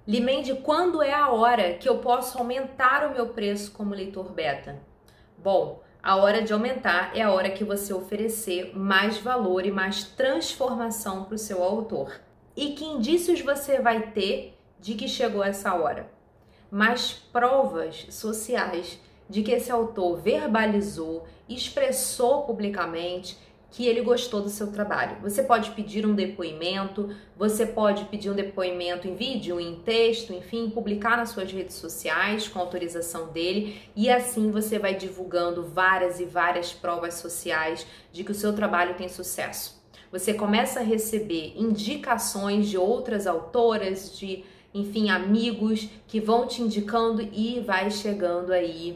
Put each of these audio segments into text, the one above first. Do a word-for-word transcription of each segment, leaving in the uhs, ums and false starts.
Limende, quando é a hora que eu posso aumentar o meu preço como leitor beta? Bom, a hora de aumentar é a hora que você oferecer mais valor e mais transformação para o seu autor. E que indícios você vai ter de que chegou essa hora? Mais provas sociais de que esse autor verbalizou, expressou publicamente que ele gostou do seu trabalho. Você pode pedir um depoimento, você pode pedir um depoimento em vídeo, em texto, enfim, publicar nas suas redes sociais com autorização dele, e assim você vai divulgando várias e várias provas sociais de que o seu trabalho tem sucesso. Você começa a receber indicações de outras autoras, de, enfim, amigos que vão te indicando e vai chegando aí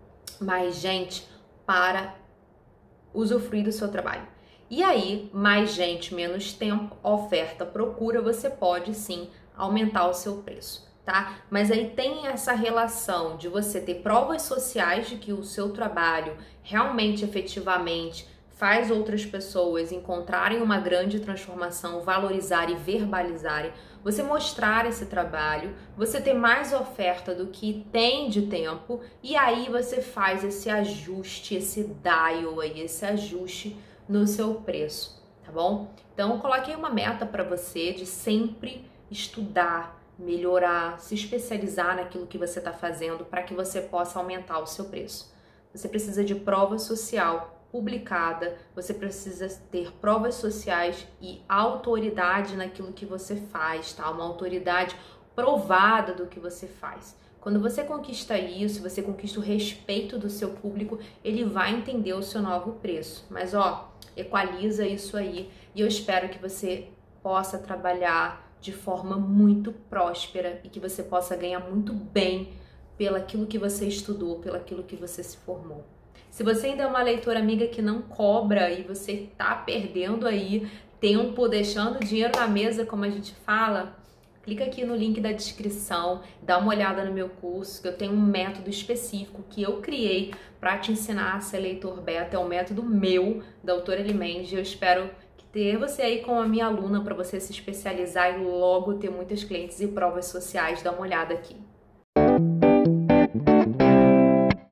mais gente para usufruir do seu trabalho. E aí, mais gente, menos tempo, oferta, procura, você pode sim aumentar o seu preço, tá? Mas aí tem essa relação de você ter provas sociais de que o seu trabalho realmente, efetivamente, faz outras pessoas encontrarem uma grande transformação, valorizarem e verbalizarem, você mostrar esse trabalho, você ter mais oferta do que tem de tempo, e aí você faz esse ajuste, esse dial aí, esse ajuste no seu preço, tá bom? Então, eu coloquei uma meta para você de sempre estudar, melhorar, se especializar naquilo que você está fazendo para que você possa aumentar o seu preço. Você precisa de prova social publicada, você precisa ter provas sociais e autoridade naquilo que você faz, tá? Uma autoridade provada do que você faz. Quando você conquista isso, você conquista o respeito do seu público, ele vai entender o seu novo preço. Mas ó, equaliza isso aí e eu espero que você possa trabalhar de forma muito próspera e que você possa ganhar muito bem pelaquilo que você estudou, pelaquilo que você se formou. Se você ainda é uma leitora amiga que não cobra e você tá perdendo aí tempo, deixando dinheiro na mesa, como a gente fala, clica aqui no link da descrição, dá uma olhada no meu curso, que eu tenho um método específico que eu criei para te ensinar a ser leitor beta, é um método meu, da autora Limende. Eu espero que ter você aí como a minha aluna para você se especializar e logo ter muitas clientes e provas sociais. Dá uma olhada aqui.